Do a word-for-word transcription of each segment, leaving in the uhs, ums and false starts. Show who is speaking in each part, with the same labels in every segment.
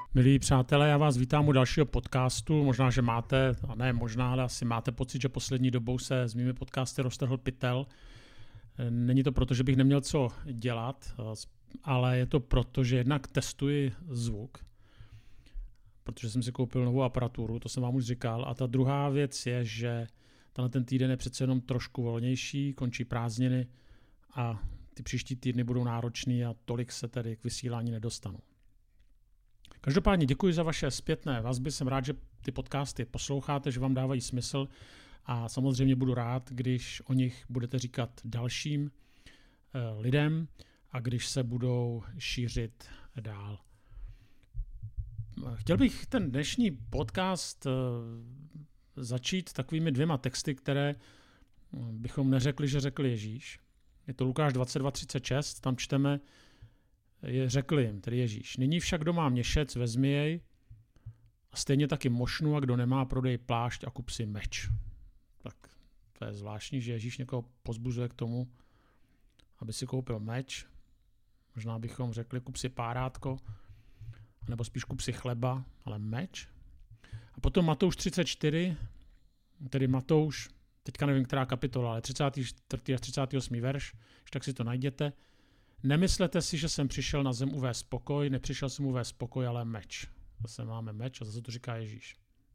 Speaker 1: Milí přátelé, já vás vítám u dalšího podcastu. Možná, že máte, a ne možná, ale asi máte pocit, že poslední dobou se s mými podcasty roztrhl pytel. Není to proto, že bych neměl co dělat, ale je to proto, že jednak testuji zvuk, protože jsem si koupil novou aparaturu, to jsem vám už říkal. A ta druhá věc je, že tenhle ten týden je přece jenom trošku volnější, končí prázdniny a ty příští týdny budou náročný a tolik se tedy k vysílání nedostanu. Každopádně děkuji za vaše zpětné vazby, jsem rád, že ty podcasty posloucháte, že vám dávají smysl a samozřejmě budu rád, když o nich budete říkat dalším eh, lidem a když se budou šířit dál. Chtěl bych ten dnešní podcast eh, začít takovými dvěma texty, které bychom neřekli, že řekl Ježíš. Je to Lukáš dvacet dva třicet šest, tam čteme, je, řekl jim, tedy Ježíš, nyní však kdo má měšec, vezmi jej a stejně taky mošnu a kdo nemá, prodej plášť a kup si meč. Tak to je zvláštní, že Ježíš někoho pozbuzuje k tomu, aby si koupil meč. Možná bychom řekli, kup si párátko, nebo spíš kup si chleba, ale meč. A potom Matouš třicet čtyři, tedy Matouš, teďka nevím, která kapitola, ale třicátý čtvrtý až třicátý osmý verš, tak si to najděte. Nemyslete si, že jsem přišel na zem uvést pokoj, nepřišel jsem uvést pokoj, ale meč. Zase máme meč a zase to říká Ježíš.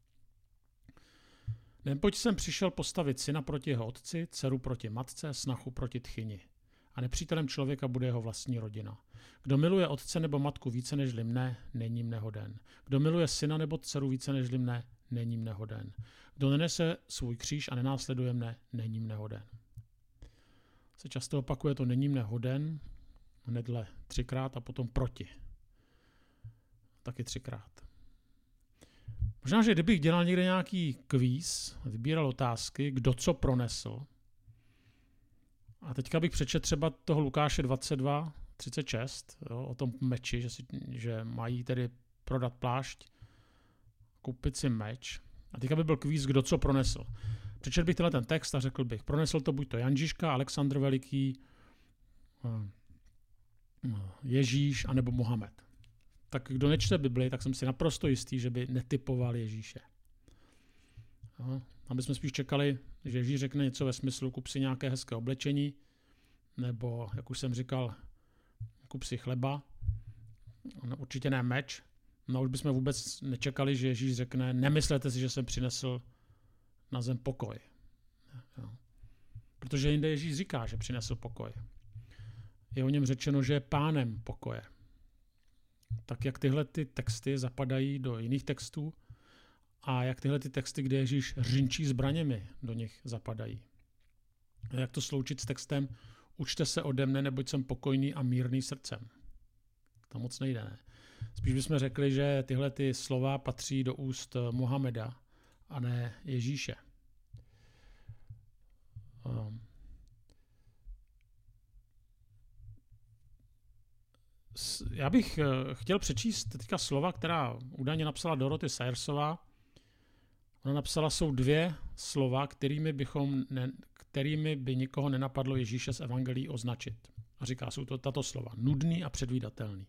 Speaker 1: Neboť jsem přišel postavit syna proti jeho otci, dceru proti matce, snachu proti tchyni. A nepřítelem člověka bude jeho vlastní rodina. Kdo miluje otce nebo matku více nežli mne, není mne hoden. Kdo miluje syna nebo dceru více nežli mne, není mne hoden. Kdo nenese svůj kříž a nenásleduje mne, není mne hoden. Se často opakuje to není mne hoden, hnedle třikrát a potom proti. Taky třikrát. Možná, že kdybych dělal někde nějaký kvíz, vybíral otázky, kdo co pronesl, a teďka bych přečetl třeba toho Lukáše dvacet dva třicet šest, jo, o tom meči, že, si, že mají tedy prodat plášť, koupit si meč. A teďka by byl kvíz, kdo co pronesl. Přečetl bych tenhle ten text a řekl bych, pronesl to buď to Janžiška, Alexandr Veliký, Ježíš anebo Mohamed. Tak kdo nečte Bibli, tak jsem si naprosto jistý, že by netypoval Ježíše. No, aby jsme spíš čekali, že Ježíš řekne něco ve smyslu kup si nějaké hezké oblečení, nebo, jak už jsem říkal, kup si chleba, no, určitě ne meč. No už bychom vůbec nečekali, že Ježíš řekne, nemyslete si, že jsem přinesl na zem pokoj. Jo. Protože jinde Ježíš říká, že přinesl pokoj. Je o něm řečeno, že je pánem pokoje. Tak jak tyhle ty texty zapadají do jiných textů a jak tyhle ty texty, kde Ježíš řinčí zbraněmi, do nich zapadají. A jak to sloučit s textem učte se ode mne, neboť jsem pokojný a mírný srdcem. To moc nejde, ne? Spíš bychom řekli, že tyhle ty slova patří do úst Mohameda a ne Ježíše. Um. Já bych chtěl přečíst teďka slova, která údajně napsala Dorothy Sayersová. Ona napsala, jsou dvě slova, kterými, bychom ne, kterými by nikoho nenapadlo Ježíše z evangelií označit. A říká, jsou to tato slova, nudný a předvídatelný.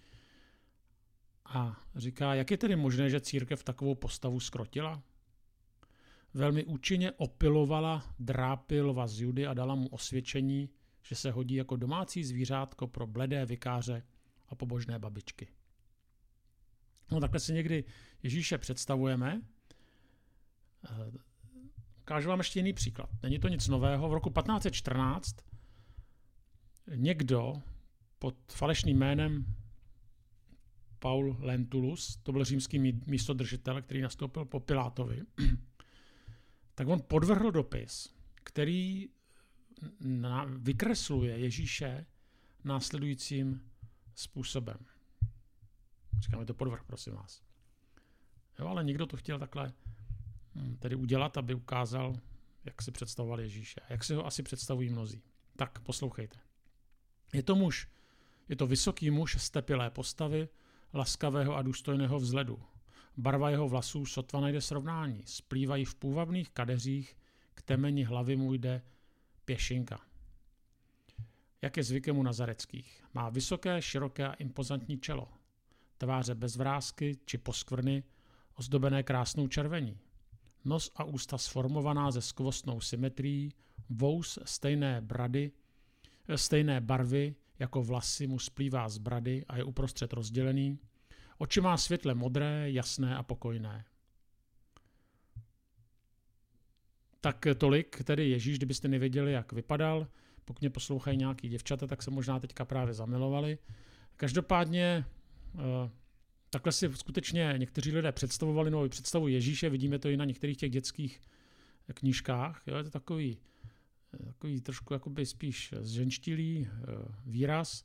Speaker 1: A říká, jak je tedy možné, že církev takovou postavu zkrotila? Velmi účinně opilovala drápy lva z Judy a dala mu osvědčení, že se hodí jako domácí zvířátko pro bledé vikáře a pobožné babičky. No takhle si někdy Ježíše představujeme. Ukážu vám ještě jiný příklad. Není to nic nového. V roku patnáct set čtrnáct někdo pod falešným jménem Paul Lentulus, to byl římský místodržitel, který nastoupil po Pilátovi, tak on podvrhl dopis, který Na, vykresluje Ježíše následujícím způsobem. Říkáme to podvrh, prosím vás. Jo, ale někdo to chtěl takhle tedy udělat, aby ukázal, jak si představoval Ježíše. Jak si ho asi představují mnozí. Tak, poslouchejte. Je to muž, je to vysoký muž stepilé postavy, laskavého a důstojného vzhledu. Barva jeho vlasů sotva najde srovnání. Splývají v půvabných kadeřích, k temeni hlavy mu jde pěšinka. Jak je zvykem u nazareckých. Má vysoké, široké a impozantní čelo. tváře bez vrásky či poskvrny, ozdobené krásnou červení. Nos a ústa sformovaná ze skvostnou symetrií, vous stejné brady, stejné barvy, jako vlasy mu splývá z brady a je uprostřed rozdělený. Oči má světle modré, jasné a pokojné. Tak tolik tedy Ježíš, kdybyste nevěděli, jak vypadal. Pokud mě poslouchají nějaký děvčata, tak se možná teďka právě zamilovali. Každopádně takhle si skutečně někteří lidé představovali novou představu Ježíše, vidíme to i na některých těch dětských knížkách. Jo, je to takový, takový trošku jakoby spíš zženštilý výraz.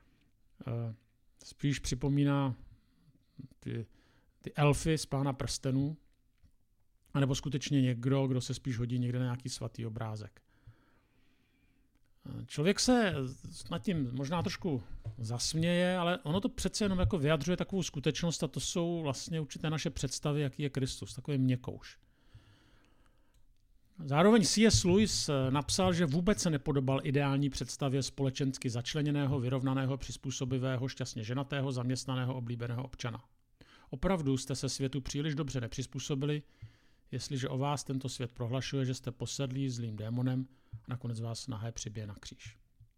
Speaker 1: Spíš připomíná ty, ty elfy z Pána prstenů, anebo skutečně někdo, kdo se spíš hodí někde na nějaký svatý obrázek. Člověk se nad tím možná trošku zasměje, ale ono to přece jenom jako vyjadřuje takovou skutečnost a to jsou vlastně určité naše představy, jaký je Kristus, takový měkkouš. Zároveň C S Lewis napsal, že vůbec se nepodobal ideální představě společensky začleněného, vyrovnaného, přizpůsobivého, šťastně ženatého, zaměstnaného, oblíbeného občana. Opravdu jste se světu příliš dobře nepřizpůsobili, jestliže o vás tento svět prohlašuje, že jste posedlí zlým démonem a nakonec vás nahé přibije na kříž.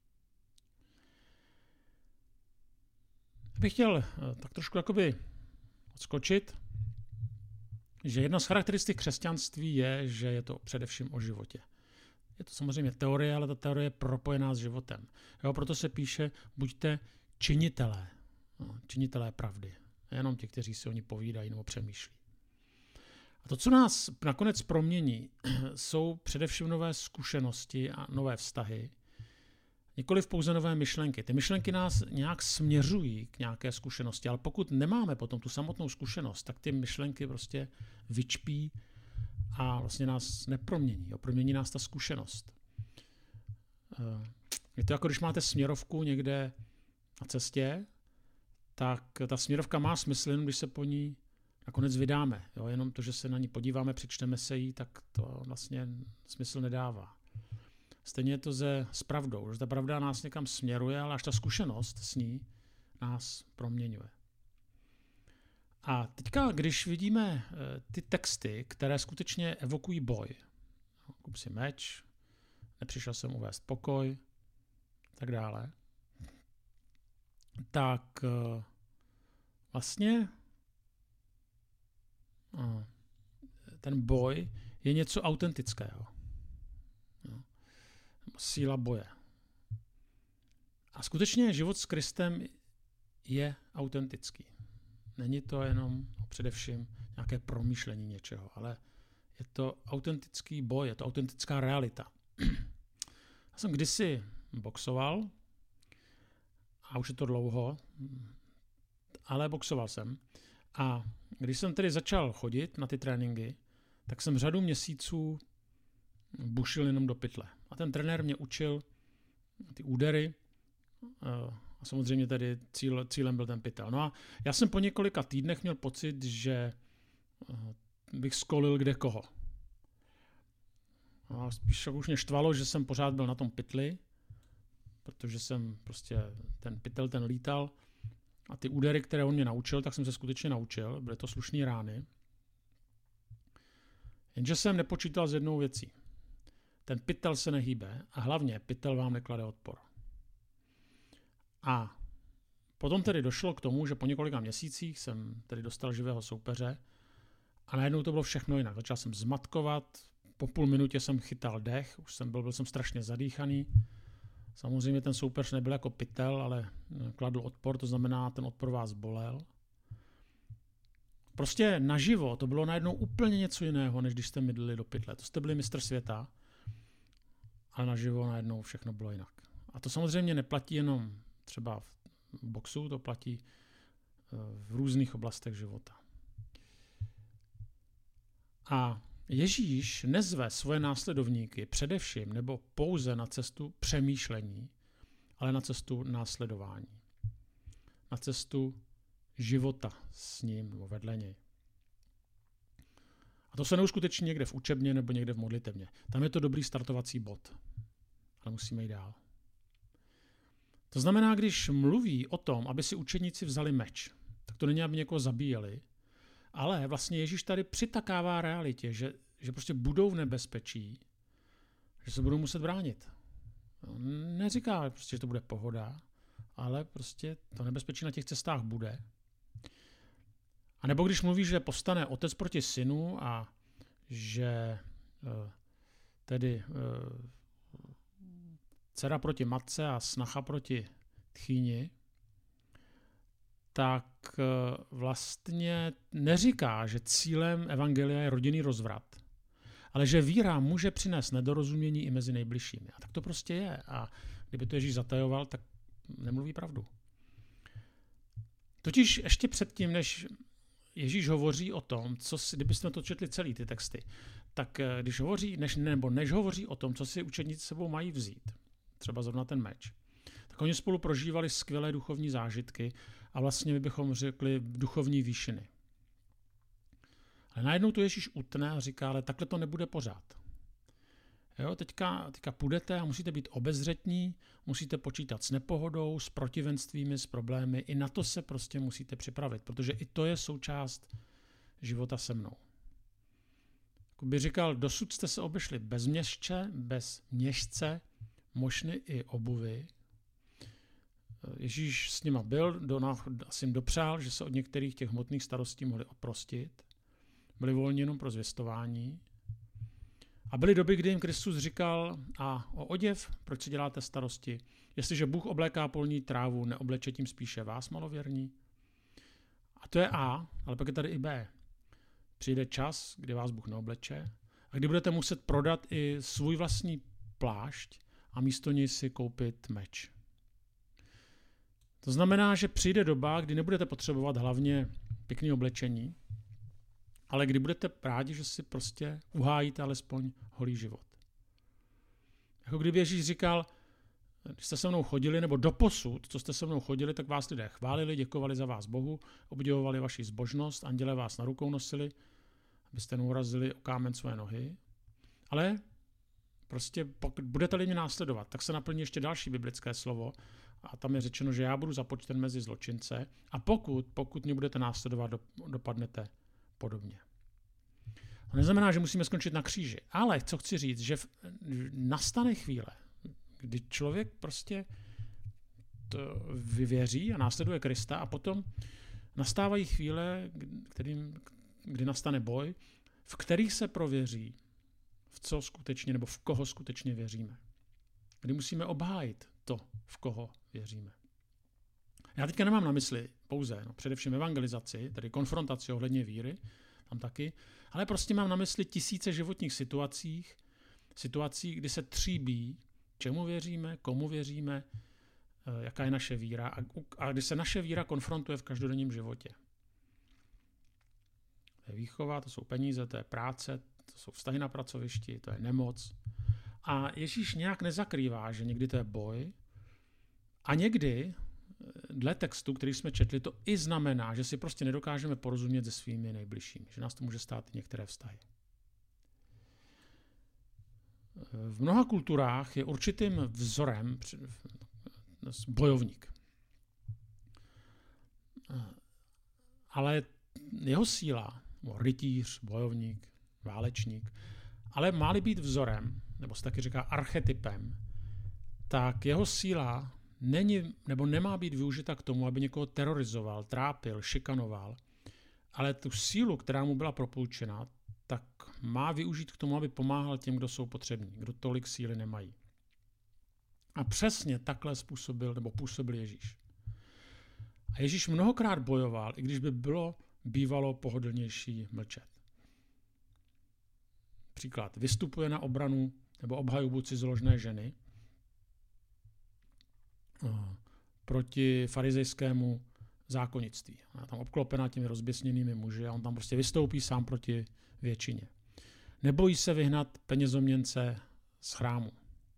Speaker 1: Já bych chtěl tak trošku jakoby odskočit, že jedna z charakteristik křesťanství je, že je to především o životě. Je to samozřejmě teorie, ale ta teorie je propojená s životem. Jo, proto se píše, buďte činitelé, no, činitelé pravdy. Jenom ti, kteří si o ní povídají nebo přemýšlí. A to, co nás nakonec promění, jsou především nové zkušenosti a nové vztahy, nikoliv pouze nové myšlenky. Ty myšlenky nás nějak směřují k nějaké zkušenosti, ale pokud nemáme potom tu samotnou zkušenost, tak ty myšlenky prostě vyčpí a vlastně nás nepromění. Jo, promění nás ta zkušenost. Je to jako když máte směrovku někde na cestě, tak ta směrovka má smysl, jenom když se po ní nakonec vydáme. Jo, jenom to, že se na ní podíváme, přečteme se jí, tak to vlastně smysl nedává. Stejně je to se, s pravdou, že ta pravda nás někam směruje, ale až ta zkušenost s ní nás proměňuje. A teďka, když vidíme ty texty, které skutečně evokují boj, kup si meč, nepřišel jsem uvést pokoj, tak dále, tak vlastně ten boj je něco autentického. Síla boje. A skutečně život s Kristem je autentický. Není to jenom především nějaké promýšlení něčeho, ale je to autentický boj, je to autentická realita. Já jsem kdysi boxoval, a už je to dlouho, ale boxoval jsem. A když jsem tedy začal chodit na ty tréninky, tak jsem řadu měsíců bušil jenom do pytle. A ten trenér mě učil ty údery a samozřejmě tedy cíl, cílem byl ten pytel. No a já jsem po několika týdnech měl pocit, že bych skolil kde koho. A spíš už mě štvalo, že jsem pořád byl na tom pytli, protože jsem prostě ten pytel, ten lítal a ty údery, které on mě naučil, tak jsem se skutečně naučil. Byly to slušné rány. Jenže jsem nepočítal s jednou věcí. Ten pytel se nehýbe a hlavně pytel vám neklade odpor. A potom tedy došlo k tomu, že po několika měsících jsem tedy dostal živého soupeře a najednou to bylo všechno jinak. Začal jsem zmatkovat, po půl minutě jsem chytal dech, už jsem byl, byl jsem strašně zadýchaný. Samozřejmě ten soupeř nebyl jako pytel, ale kladl odpor, to znamená, ten odpor vás bolel. Prostě naživo to bylo najednou úplně něco jiného, než když jste mydlili do pytle. To jste byli mistr světa, ale naživo najednou všechno bylo jinak. A to samozřejmě neplatí jenom třeba v boxu, to platí v různých oblastech života. A Ježíš nezve svoje následovníky především nebo pouze na cestu přemýšlení, ale na cestu následování. Na cestu života s ním nebo vedle něj. A to se neuskuteční někde v učebně nebo někde v modlitevně. Tam je to dobrý startovací bod. Ale musíme jít dál. To znamená, když mluví o tom, aby si učeníci vzali meč, tak to není, aby někoho zabíjeli, ale vlastně Ježíš tady přitakává realitě, že, že prostě budou v nebezpečí, že se budou muset bránit. Neříká prostě, že to bude pohoda, ale prostě to nebezpečí na těch cestách bude. A nebo když mluví, že povstane otec proti synu a že tedy dcera proti matce a snacha proti tchýni, tak vlastně neříká, že cílem evangelia je rodinný rozvrat, ale že víra může přinést nedorozumění i mezi nejbližšími. A tak to prostě je. A kdyby to Ježíš zatajoval, tak nemluví pravdu. Totiž ještě předtím, než Ježíš hovoří o tom, co si, kdybyste to četli celý ty texty, tak když hovoří, než, nebo než hovoří o tom, co si učedníci sebou mají vzít, třeba zrovna ten meč, tak oni spolu prožívali skvělé duchovní zážitky a vlastně my bychom řekli duchovní výšiny. Ale najednou to Ježíš utne a říká, ale takhle to nebude pořád. Jo, teďka, teďka půjdete a musíte být obezřetní, musíte počítat s nepohodou, s protivenstvími, s problémy. I na to se prostě musíte připravit, protože i to je součást života se mnou. Jako by říkal, dosud jste se obešli bez měšče, bez měšce, mošny i obuvy. Ježíš s nima byl, do, asi jim dopřál, že se od některých těch hmotných starostí mohli oprostit. Byli volní jenom pro zvěstování. A byly doby, kdy jim Kristus říkal, a o oděv, proč si děláte starosti? Jestliže Bůh obléká polní trávu, neobleče tím spíše vás, malověrní? A to je A, ale pak je tady i B. Přijde čas, kdy vás Bůh neobleče a kdy budete muset prodat i svůj vlastní plášť a místo něj si koupit meč. To znamená, že přijde doba, kdy nebudete potřebovat hlavně pěkné oblečení, ale kdy budete rádi, že si prostě uhájíte alespoň holý život. Jako kdyby Ježíš říkal, když jste se mnou chodili, nebo doposud, co jste se mnou chodili, tak vás lidé chválili, děkovali za vás Bohu, obdivovali vaši zbožnost, andělé vás na rukou nosili, abyste neurazili o kámen své nohy. Ale prostě pokud budete-li mě následovat, tak se naplní ještě další biblické slovo a tam je řečeno, že já budu započten mezi zločince a pokud, pokud mě budete následovat, dopadnete podobně. To neznamená, že musíme skončit na kříži, ale co chci říct, že nastane chvíle, kdy člověk prostě to vyvěří a následuje Krista a potom nastávají chvíle, kterým, kdy nastane boj, v kterých se prověří, v co skutečně nebo v koho skutečně věříme. Kdy musíme obhájit to, v koho věříme. Já teďka nemám na mysli pouze, no, především evangelizaci, tedy konfrontaci ohledně víry, tam taky, ale prostě mám na mysli tisíce životních situacích, situací, kdy se tříbí, čemu věříme, komu věříme, jaká je naše víra a, a kdy se naše víra konfrontuje v každodenním životě. To je výchova, to jsou peníze, to je práce, to jsou vztahy na pracovišti, to je nemoc. A Ježíš nějak nezakrývá, že někdy to je boj a někdy dle textu, který jsme četli, to i znamená, že si prostě nedokážeme porozumět se svými nejbližšími, že nás to může stát i některé vztahy. V mnoha kulturách je určitým vzorem bojovník. Ale jeho síla, rytíř, bojovník, válečník, ale má-li být vzorem, nebo se taky říká archetypem, tak jeho síla není, nebo nemá být využita k tomu, aby někoho terorizoval, trápil, šikanoval, ale tu sílu, která mu byla propůjčena, tak má využít k tomu, aby pomáhal těm, kdo jsou potřební, kdo tolik síly nemají. A přesně takhle způsobil, nebo působil Ježíš. A Ježíš mnohokrát bojoval, i když by bylo bývalo pohodlnější mlčet. Příklad. Vystupuje na obranu nebo obhajobu cizoložné ženy proti farizejskému zákonnictví. Ona je tam obklopená těmi rozběsněnými muži a on tam prostě vystoupí sám proti většině. Nebojí se vyhnat penězoměnce z chrámu.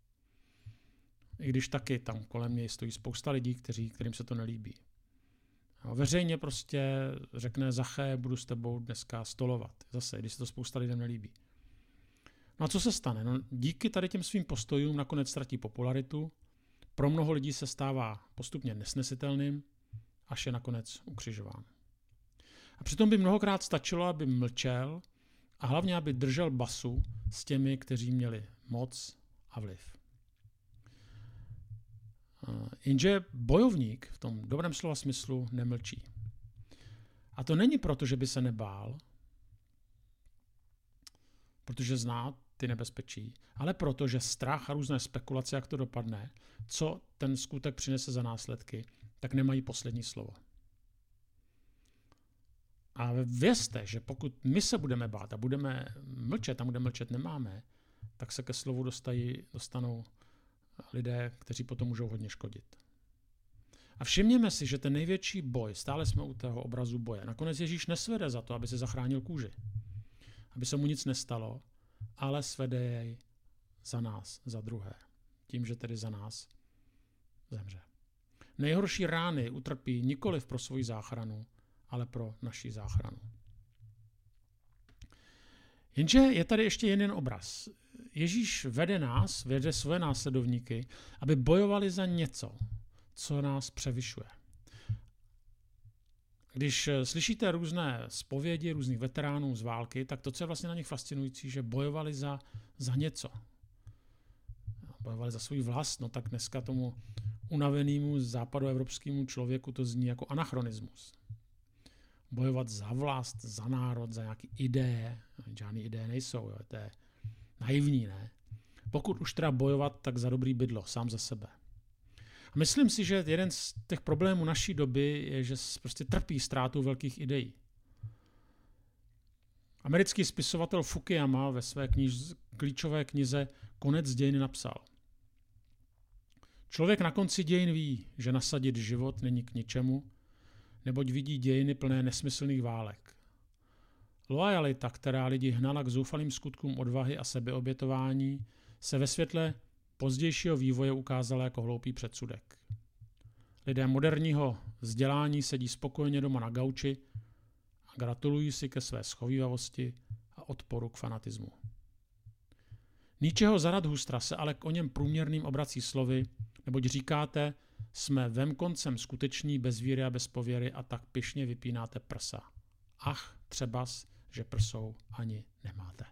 Speaker 1: I když taky tam kolem něj stojí spousta lidí, kteří, kterým se to nelíbí. A veřejně prostě řekne Zaché, budu s tebou dneska stolovat. Zase, když se to spousta lidem nelíbí. No a co se stane? No, díky tady těm svým postojům nakonec ztratí popularitu, pro mnoho lidí se stává postupně nesnesitelným, až je nakonec ukřižován. A přitom by mnohokrát stačilo, aby mlčel a hlavně, aby držel basu s těmi, kteří měli moc a vliv. Jenže bojovník v tom dobrém slova smyslu nemlčí. A to není proto, že by se nebál, protože zná ty nebezpečí, ale proto, že strach a různé spekulace, jak to dopadne, co ten skutek přinese za následky, tak nemají poslední slovo. A vězte, že pokud my se budeme bát a budeme mlčet, tam, kde mlčet nemáme, tak se ke slovu dostají, dostanou lidé, kteří potom můžou hodně škodit. A všimněme si, že ten největší boj, stále jsme u toho obrazu boje, nakonec Ježíš nesvede za to, aby se zachránil kůži, aby se mu nic nestalo, ale svede jej za nás, za druhé, tím, že tedy za nás zemře. Nejhorší rány utrpí nikoliv pro svoji záchranu, ale pro naši záchranu. Jenže je tady ještě jeden obraz. Ježíš vede nás, vede své následovníky, aby bojovali za něco, co nás převyšuje. Když slyšíte různé zpovědi různých veteránů z války, tak to, co je vlastně na nich fascinující, že bojovali za, za něco. Bojovali za svůj vlast, no tak dneska tomu unavenému západoevropskému člověku to zní jako anachronismus. Bojovat za vlast, za národ, za nějaké ideje. Žádné ideje nejsou, jo, to je naivní, ne? Pokud už teda bojovat, tak za dobrý bydlo, sám za sebe. A myslím si, že jeden z těch problémů naší doby je, že prostě trpí ztrátou velkých ideí. Americký spisovatel Fukuyama ve své kniž, klíčové knize Konec dějin napsal: Člověk na konci dějin ví, že nasadit život není k ničemu, neboť vidí dějiny plné nesmyslných válek. Loajalita, která lidi hnala k zoufalým skutkům odvahy a sebeobětování, se ve světle pozdějšího vývoje ukázala jako hloupý předsudek. Lidé moderního vzdělání sedí spokojeně doma na gauči a gratulují si ke své schovívavosti a odporu k fanatismu. Ničeho Zarathustra se ale k o něm průměrným obrací slovy, neboť říkáte, jsme vem koncem skuteční bez víry a bez pověry a tak pyšně vypínáte prsa. Ach, třebas, že prsou ani nemáte.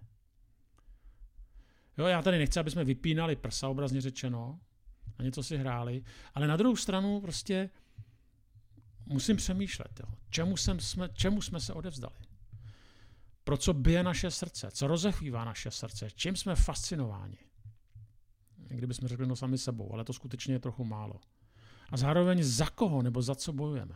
Speaker 1: Jo, já tady nechci, aby jsme vypínali prsa, obrazně řečeno, a něco si hráli, ale na druhou stranu prostě musím přemýšlet, jo. Čemu, jsem, jsme, čemu jsme se odevzdali. Pro co bije naše srdce, co rozechvívá naše srdce, čím jsme fascinováni. Kdybychom řekli no sami sebou, ale to skutečně je trochu málo. A zároveň za koho nebo za co bojujeme.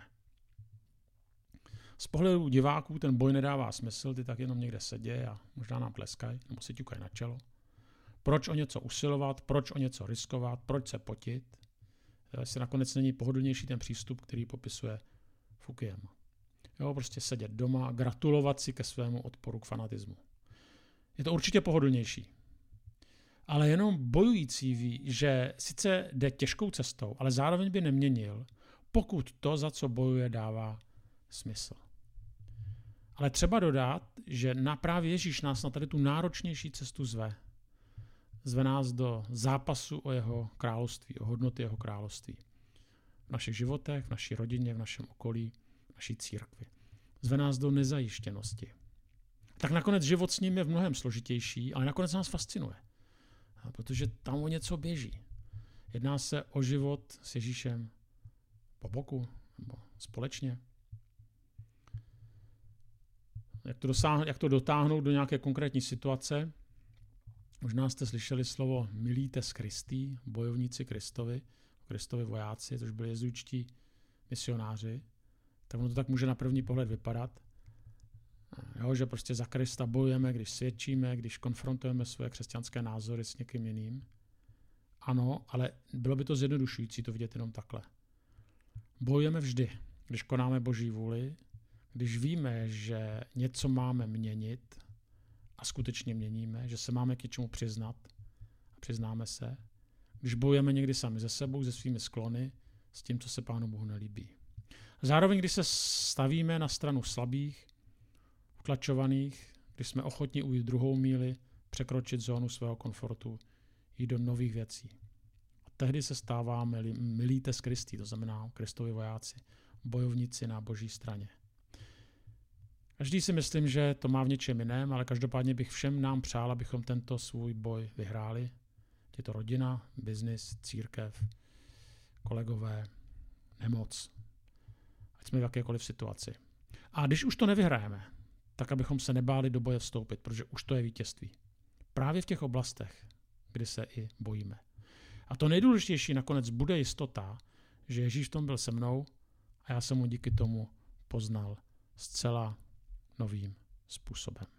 Speaker 1: Z pohledu diváků ten boj nedává smysl, ty tak jenom někde sedí a možná nám tleskají nebo si ťukají na čelo. Proč o něco usilovat, proč o něco riskovat, proč se potit? Jestli nakonec není pohodlnější ten přístup, který popisuje Fukuyama. Jo, prostě sedět doma a gratulovat si ke svému odporu k fanatismu. Je to určitě pohodlnější. Ale jenom bojující ví, že sice jde těžkou cestou, ale zároveň by neměnil, pokud to, za co bojuje, dává smysl. Ale třeba dodat, že na právě Ježíš nás na tady tu náročnější cestu zve. Zve nás do zápasu o jeho království, o hodnoty jeho království. V našich životech, v naší rodině, v našem okolí, v naší církvi. Zve nás do nezajištěnosti. Tak nakonec život s ním je v mnohem složitější, ale nakonec nás fascinuje. Protože tam o něco běží. Jedná se o život s Ježíšem po boku nebo společně. Jak to, dosáhnout, jak to dotáhnout do nějaké konkrétní situace? Možná jste slyšeli slovo milites Christi, bojovníci Kristovi, Kristovi vojáci, což byli jezuitští misionáři. Tak ono to tak může na první pohled vypadat. Jo, že prostě za Krista bojujeme, když svědčíme, když konfrontujeme své křesťanské názory s někým jiným. Ano, ale bylo by to zjednodušující to vidět jenom takhle. Bojujeme vždy, když konáme Boží vůli, když víme, že něco máme měnit a skutečně měníme, že se máme k něčemu přiznat a přiznáme se, když bojujeme někdy sami ze sebou, se svými sklony, s tím, co se Pánu Bohu nelíbí. Zároveň, když se stavíme na stranu slabých, utlačovaných, když jsme ochotni ujít druhou míli, překročit zónu svého komfortu, jít do nových věcí. A tehdy se stáváme milites Christi, to znamená Kristovi vojáci, bojovníci na Boží straně. Každý si myslím, že to má v něčem jiném, ale každopádně bych všem nám přál, abychom tento svůj boj vyhráli. Je to rodina, biznis, církev, kolegové, nemoc. Ať jsme v jakékoliv situaci. A když už to nevyhrajeme, tak abychom se nebáli do boje vstoupit, protože už to je vítězství. Právě v těch oblastech, kdy se i bojíme. A to nejdůležitější nakonec bude jistota, že Ježíš v tom byl se mnou a já jsem mu díky tomu poznal zcela novým způsobem.